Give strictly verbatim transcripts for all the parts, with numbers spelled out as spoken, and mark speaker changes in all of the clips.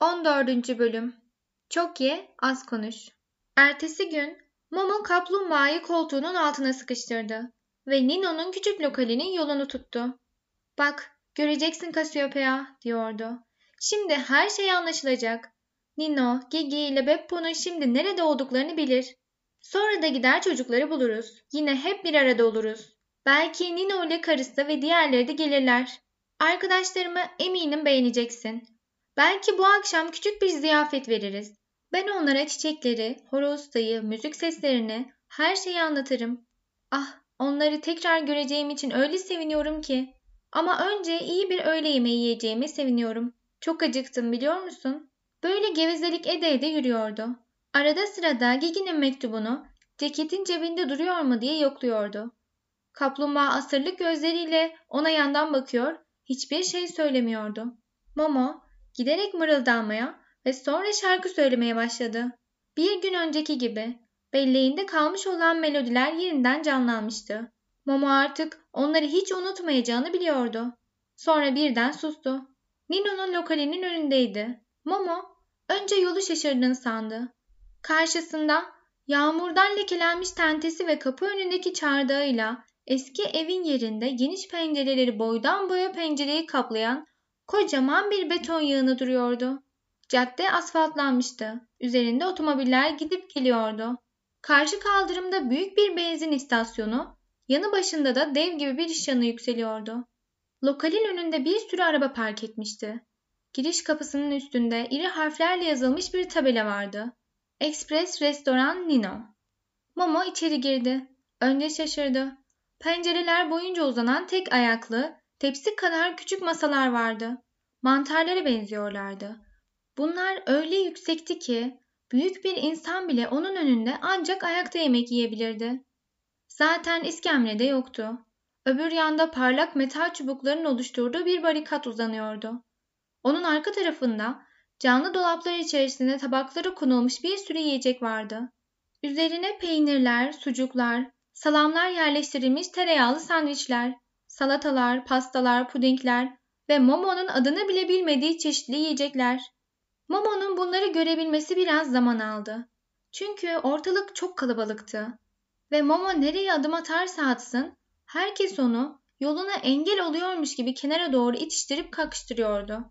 Speaker 1: on dördüncü Bölüm. Çok ye, az konuş. Ertesi gün Momo kaplumbağayı koltuğunun altına sıkıştırdı ve Nino'nun küçük lokalinin yolunu tuttu. "Bak, göreceksin Cassiopeia," diyordu. "Şimdi her şey anlaşılacak. Nino, Gigi ile Beppo'nun şimdi nerede olduklarını bilir. Sonra da gider çocukları buluruz. Yine hep bir arada oluruz. Belki Nino ile karısı ve diğerleri de gelirler. Arkadaşlarımı eminim beğeneceksin. Belki bu akşam küçük bir ziyafet veririz. Ben onlara çiçekleri, horoztayı, müzik seslerini, her şeyi anlatırım. Ah, onları tekrar göreceğim için öyle seviniyorum ki. Ama önce iyi bir öğle yemeği yiyeceğime seviniyorum. Çok acıktım, biliyor musun?" Böyle gevezelik ede ede yürüyordu. Arada sırada Gigi'nin mektubunu ceketin cebinde duruyor mu diye yokluyordu. Kaplumbağa asırlık gözleriyle ona yandan bakıyor, hiçbir şey söylemiyordu. Momo giderek mırıldanmaya ve sonra şarkı söylemeye başladı. Bir gün önceki gibi belleğinde kalmış olan melodiler yeniden canlanmıştı. Momo artık onları hiç unutmayacağını biliyordu. Sonra birden sustu. Nino'nun lokalinin önündeydi. Momo önce yolu şaşırdığını sandı. Karşısında yağmurdan lekelenmiş tentesi ve kapı önündeki çardağıyla eski evin yerinde geniş pencereleri boydan boya pencereyi kaplayan kocaman bir beton yığını duruyordu. Cadde asfaltlanmıştı. Üzerinde otomobiller gidip geliyordu. Karşı kaldırımda büyük bir benzin istasyonu, yanı başında da dev gibi bir işyanı yükseliyordu. Lokalin önünde bir sürü araba park etmişti. Giriş kapısının üstünde iri harflerle yazılmış bir tabela vardı. Express Restoran Nino. Momo içeri girdi. Önce şaşırdı. Pencereler boyunca uzanan tek ayaklı, tepsi kadar küçük masalar vardı. Mantarlara benziyorlardı. Bunlar öyle yüksekti ki büyük bir insan bile onun önünde ancak ayakta yemek yiyebilirdi. Zaten iskemle de yoktu. Öbür yanda parlak metal çubukların oluşturduğu bir barikat uzanıyordu. Onun arka tarafında canlı dolaplar içerisinde tabaklara konulmuş bir sürü yiyecek vardı. Üzerine peynirler, sucuklar, salamlar yerleştirilmiş tereyağlı sandviçler, salatalar, pastalar, pudingler ve Momo'nun adını bile bilmediği çeşitli yiyecekler. Momo'nun bunları görebilmesi biraz zaman aldı. Çünkü ortalık çok kalabalıktı. Ve Momo nereye adım atarsa atsın, herkes onu yoluna engel oluyormuş gibi kenara doğru itiştirip kakıştırıyordu.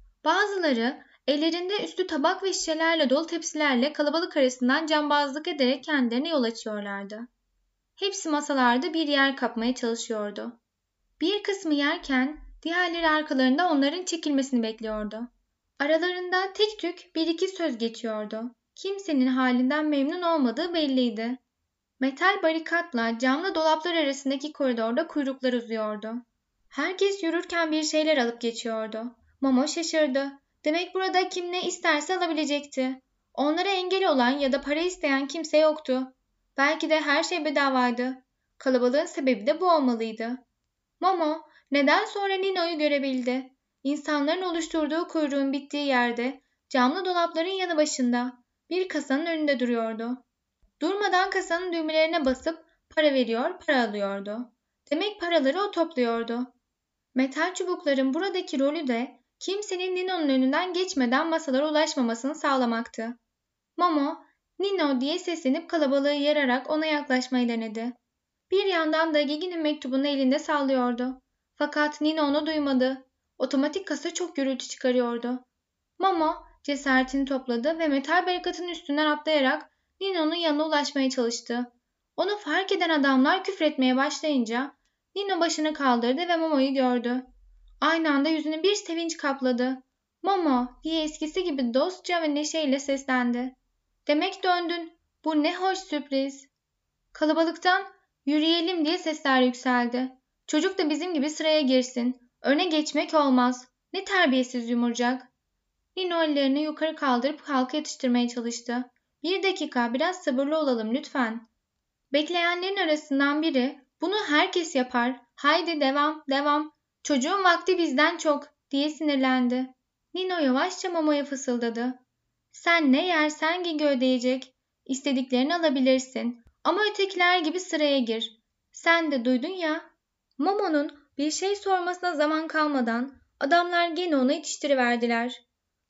Speaker 1: Bazıları ellerinde üstü tabak ve şişelerle dolu tepsilerle kalabalık arasından cambazlık ederek kendilerine yol açıyorlardı. Hepsi masalarda bir yer kapmaya çalışıyordu. Bir kısmı yerken diğerleri arkalarında onların çekilmesini bekliyordu. Aralarında tek tük bir iki söz geçiyordu. Kimsenin halinden memnun olmadığı belliydi. Metal barikatla camlı dolaplar arasındaki koridorda kuyruklar uzuyordu. Herkes yürürken bir şeyler alıp geçiyordu. Momo şaşırdı. Demek burada kim ne isterse alabilecekti. Onlara engel olan ya da para isteyen kimse yoktu. Belki de her şey bedavaydı. Kalabalığın sebebi de bu olmalıydı. Momo neden sonra Nino'yu görebildi. İnsanların oluşturduğu kuyruğun bittiği yerde, camlı dolapların yanı başında, bir kasanın önünde duruyordu. Durmadan kasanın düğmelerine basıp para veriyor, para alıyordu. Demek paraları o topluyordu. Metal çubukların buradaki rolü de kimsenin Nino'nun önünden geçmeden masalara ulaşmamasını sağlamaktı. Momo, "Nino," diye seslenip kalabalığı yararak ona yaklaşmayı denedi. Bir yandan da Gigi'nin mektubunu elinde sallıyordu. Fakat Nino onu duymadı. Otomatik kasa çok gürültü çıkarıyordu. Momo cesaretini topladı ve metal barikatın üstünden atlayarak Nino'nun yanına ulaşmaya çalıştı. Onu fark eden adamlar küfretmeye başlayınca Nino başını kaldırdı ve Momo'yu gördü. Aynı anda yüzünü bir sevinç kapladı. "Momo," diye eskisi gibi dostça ve neşeyle seslendi. "Demek döndün. Bu ne hoş sürpriz." Kalabalıktan "Yürüyelim," diye sesler yükseldi. "Çocuk da bizim gibi sıraya girsin. Öne geçmek olmaz. Ne terbiyesiz yumurcak." Nino ellerini yukarı kaldırıp halka yetiştirmeye çalıştı. "Bir dakika, biraz sabırlı olalım lütfen." Bekleyenlerin arasından biri, "Bunu herkes yapar. Haydi devam, devam. Çocuğun vakti bizden çok," diye sinirlendi. Nino yavaşça Momo'ya fısıldadı. "Sen ne yersen Gigi ödeyecek. İstediklerini alabilirsin. Ama ötekiler gibi sıraya gir. Sen de duydun ya." Momo'nun bir şey sormasına zaman kalmadan adamlar gene onu yetiştiriverdiler.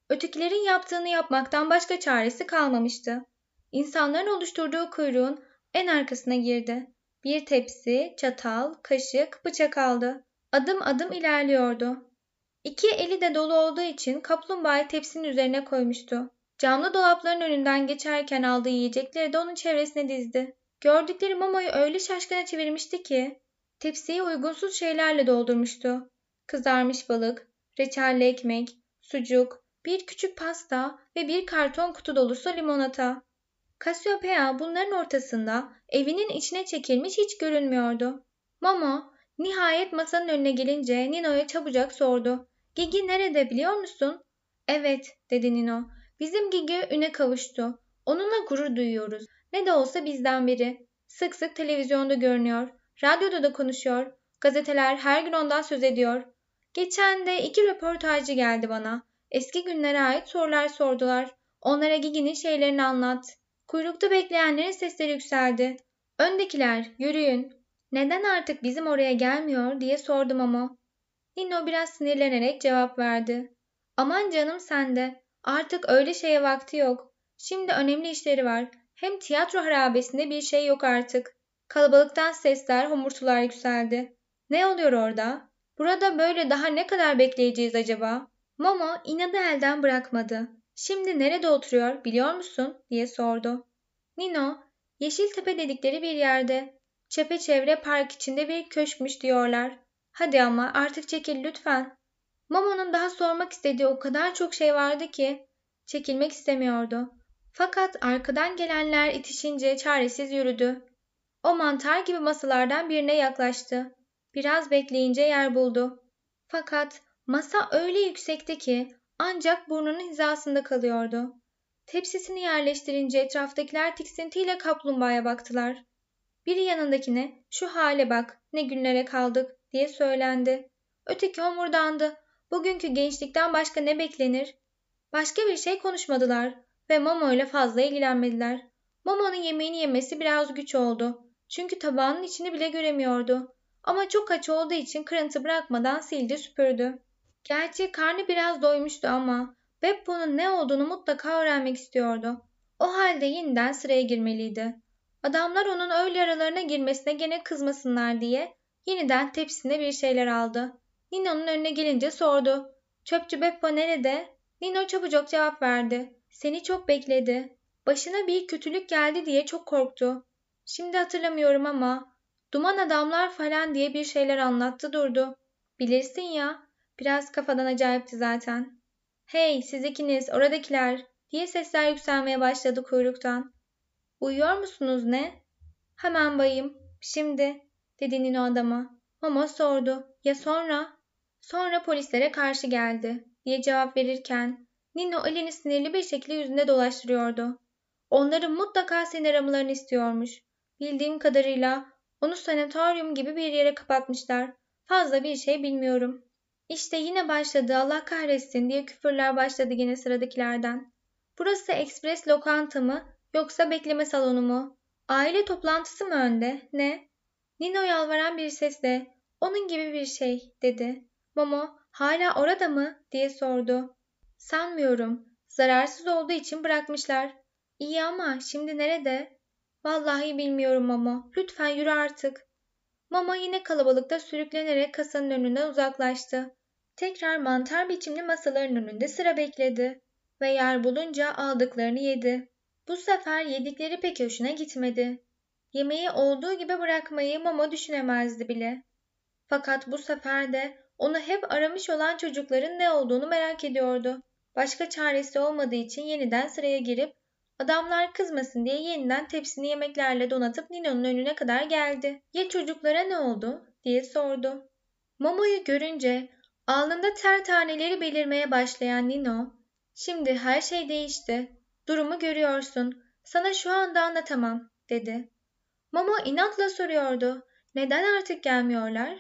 Speaker 1: Ötekilerin yaptığını yapmaktan başka çaresi kalmamıştı. İnsanların oluşturduğu kuyruğun en arkasına girdi. Bir tepsi, çatal, kaşık, bıçak aldı. Adım adım ilerliyordu. İki eli de dolu olduğu için kaplumbağayı tepsinin üzerine koymuştu. Camlı dolapların önünden geçerken aldığı yiyecekleri de onun çevresine dizdi. Gördükleri Momo'yu öyle şaşkına çevirmişti ki tepsiyi uygunsuz şeylerle doldurmuştu. Kızarmış balık, reçelli ekmek, sucuk, bir küçük pasta ve bir karton kutu dolusu limonata. Cassiopeia bunların ortasında evinin içine çekilmiş hiç görünmüyordu. Momo nihayet masanın önüne gelince Nino'ya çabucak sordu. Gigi nerede biliyor musun? Evet, dedi Nino. Bizim Gigi üne kavuştu. Onunla gurur duyuyoruz. Ne de olsa bizden biri. Sık sık televizyonda görünüyor. Radyoda da konuşuyor. Gazeteler her gün ondan söz ediyor. Geçen de iki röportajcı geldi bana. Eski günlere ait sorular sordular. Onlara Gigi'nin şeylerini anlat. Kuyrukta bekleyenlerin sesleri yükseldi. Öndekiler, yürüyün. Neden artık bizim oraya gelmiyor diye sordum ama. Nino biraz sinirlenerek cevap verdi. Aman canım sende. Artık öyle şeye vakti yok. Şimdi önemli işleri var. Hem tiyatro harabesinde bir şey yok artık. Kalabalıktan sesler, homurtular yükseldi. Ne oluyor orada? Burada böyle daha ne kadar bekleyeceğiz acaba? Momo inadı elden bırakmadı. Şimdi nerede oturuyor biliyor musun? Diye sordu. Nino, Yeşiltepe dedikleri bir yerde. Çepeçevre park içinde bir köşkmüş diyorlar. Hadi ama artık çekil lütfen. Momo'nun daha sormak istediği o kadar çok şey vardı ki çekilmek istemiyordu. Fakat arkadan gelenler itişince çaresiz yürüdü. O mantar gibi masalardan birine yaklaştı. Biraz bekleyince yer buldu. Fakat masa öyle yüksekti ki ancak burnunun hizasında kalıyordu. Tepsisini yerleştirince etraftakiler tiksintiyle kaplumbağaya baktılar. Biri yanındakine şu hale bak ne günlere kaldık diye söylendi. Öteki homurdandı. Bugünkü gençlikten başka ne beklenir? Başka bir şey konuşmadılar ve Momo ile fazla ilgilenmediler. Momo'nun yemeğini yemesi biraz güç oldu. Çünkü tabağının içini bile göremiyordu. Ama çok aç olduğu için kırıntı bırakmadan sildi süpürdü. Gerçi karnı biraz doymuştu ama Beppo'nun ne olduğunu mutlaka öğrenmek istiyordu. O halde yeniden sıraya girmeliydi. Adamlar onun öğle aralarına girmesine gene kızmasınlar diye yeniden tepsisine bir şeyler aldı. Nino'nun önüne gelince sordu. Çöpçü Beppo nerede? Nino çabucak cevap verdi. Seni çok bekledi. Başına bir kötülük geldi diye çok korktu. Şimdi hatırlamıyorum ama duman adamlar falan diye bir şeyler anlattı durdu. Bilirsin ya, biraz kafadan acayipti zaten. Hey siz ikiniz oradakiler diye sesler yükselmeye başladı kuyruktan. Uyuyor musunuz ne? Hemen bayım. Şimdi dedi Nino adama. Momo sordu. Ya sonra? Sonra polislere karşı geldi diye cevap verirken Nino elini sinirli bir şekilde yüzünde dolaştırıyordu. Onların mutlaka seni aramalarını istiyormuş. Bildiğim kadarıyla onu sanatoryum gibi bir yere kapatmışlar. Fazla bir şey bilmiyorum. İşte yine başladı Allah kahretsin diye küfürler başladı yine sıradakilerden. Burası ekspres lokanta mı yoksa bekleme salonu mu? Aile toplantısı mı önde? Ne? Nino yalvaran bir sesle onun gibi bir şey dedi. Momo hala orada mı diye sordu. Sanmıyorum. Zararsız olduğu için bırakmışlar. İyi ama şimdi nerede? Vallahi bilmiyorum Momo. Lütfen yürü artık. Momo yine kalabalıkta sürüklenerek kasanın önünden uzaklaştı. Tekrar mantar biçimli masaların önünde sıra bekledi ve yer bulunca aldıklarını yedi. Bu sefer yedikleri pek hoşuna gitmedi. Yemeği olduğu gibi bırakmayı Momo düşünemezdi bile. Fakat bu sefer de onu hep aramış olan çocukların ne olduğunu merak ediyordu. Başka çaresi olmadığı için yeniden sıraya girip adamlar kızmasın diye yeniden tepsini yemeklerle donatıp Nino'nun önüne kadar geldi. Ya çocuklara ne oldu diye sordu. Momo'yu görünce alnında ter taneleri belirmeye başlayan Nino, şimdi her şey değişti. Durumu görüyorsun. Sana şu anda anlatamam dedi. Momo inatla soruyordu. Neden artık gelmiyorlar?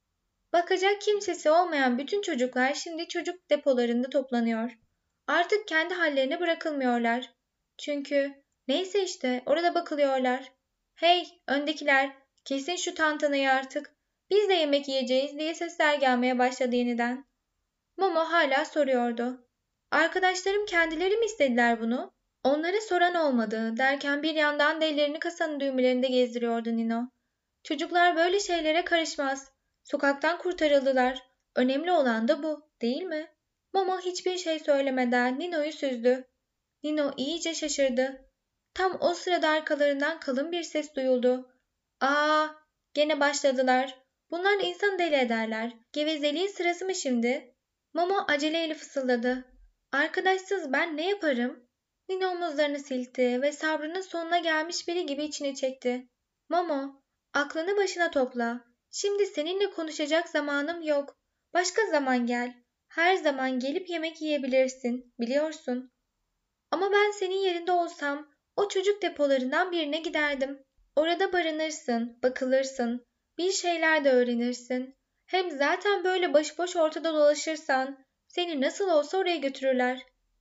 Speaker 1: Bakacak kimsesi olmayan bütün çocuklar şimdi çocuk depolarında toplanıyor. Artık kendi hallerine bırakılmıyorlar. Çünkü neyse işte orada bakılıyorlar. Hey öndekiler kesin şu tantanayı artık. Biz de yemek yiyeceğiz diye sesler gelmeye başladı yeniden. Momo hala soruyordu. Arkadaşlarım kendileri mi istediler bunu? Onlara soran olmadı derken bir yandan da ellerini kasanın düğmelerinde gezdiriyordu Nino. Çocuklar böyle şeylere karışmaz. Sokaktan kurtarıldılar. Önemli olan da bu, değil mi? Momo hiçbir şey söylemeden Nino'yu süzdü. Nino iyice şaşırdı. Tam o sırada arkalarından kalın bir ses duyuldu. Aa, gene başladılar. Bunlar insan deli ederler. Gevezeliğin sırası mı şimdi? Momo aceleyle fısıldadı. Arkadaşsız ben ne yaparım? Nino omuzlarını silkti ve sabrının sonuna gelmiş biri gibi içine çekti. Momo, aklını başına topla. Şimdi seninle konuşacak zamanım yok. Başka zaman gel. Her zaman gelip yemek yiyebilirsin, biliyorsun. Ama ben senin yerinde olsam o çocuk depolarından birine giderdim. Orada barınırsın, bakılırsın, bir şeyler de öğrenirsin. Hem zaten böyle başıboş ortada dolaşırsan seni nasıl olsa oraya götürürler.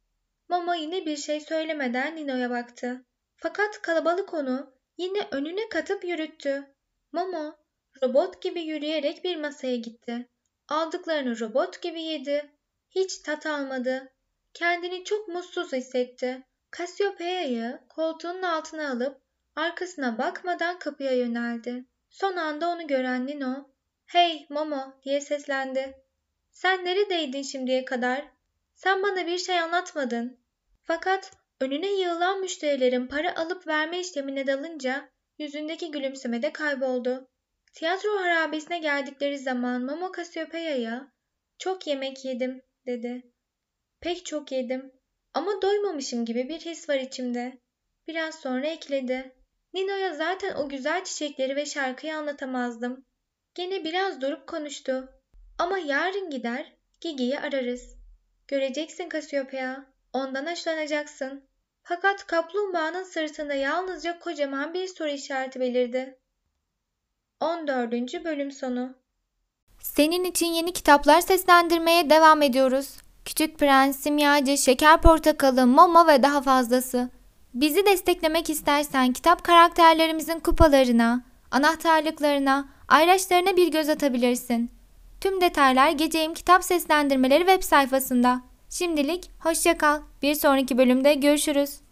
Speaker 1: Momo yine bir şey söylemeden Nino'ya baktı. Fakat kalabalık onu yine önüne katıp yürüttü. Momo robot gibi yürüyerek bir masaya gitti. Aldıklarını robot gibi yedi. Hiç tat almadı. Kendini çok mutsuz hissetti. Kasyopeya'yı koltuğunun altına alıp arkasına bakmadan kapıya yöneldi. Son anda onu gören Nino, "Hey Momo," diye seslendi. "Sen neredeydin şimdiye kadar? Sen bana bir şey anlatmadın." Fakat önüne yığılan müşterilerin para alıp verme işlemine dalınca yüzündeki gülümseme de kayboldu. Tiyatro harabesine geldikleri zaman Momo Kasyopeya'ya, "Çok yemek yedim," dedi. "Pek çok yedim ama doymamışım gibi bir his var içimde." Biraz sonra ekledi. "Nino'ya zaten o güzel çiçekleri ve şarkıyı anlatamazdım." Gene biraz durup konuştu. "Ama yarın gider Gigi'yi ararız. Göreceksin Kasyopea, ondan hoşlanacaksın." Fakat kaplumbağanın sırtında yalnızca kocaman bir soru işareti belirdi. on dördüncü bölüm sonu.
Speaker 2: Senin için yeni kitaplar seslendirmeye devam ediyoruz. Küçük Prens, Simyacı, Şeker Portakalı, Momo ve daha fazlası. Bizi desteklemek istersen kitap karakterlerimizin kupalarına, anahtarlıklarına, ayraçlarına bir göz atabilirsin. Tüm detaylar Geceyim Kitap Seslendirmeleri web sayfasında. Şimdilik hoşça kal. Bir sonraki bölümde görüşürüz.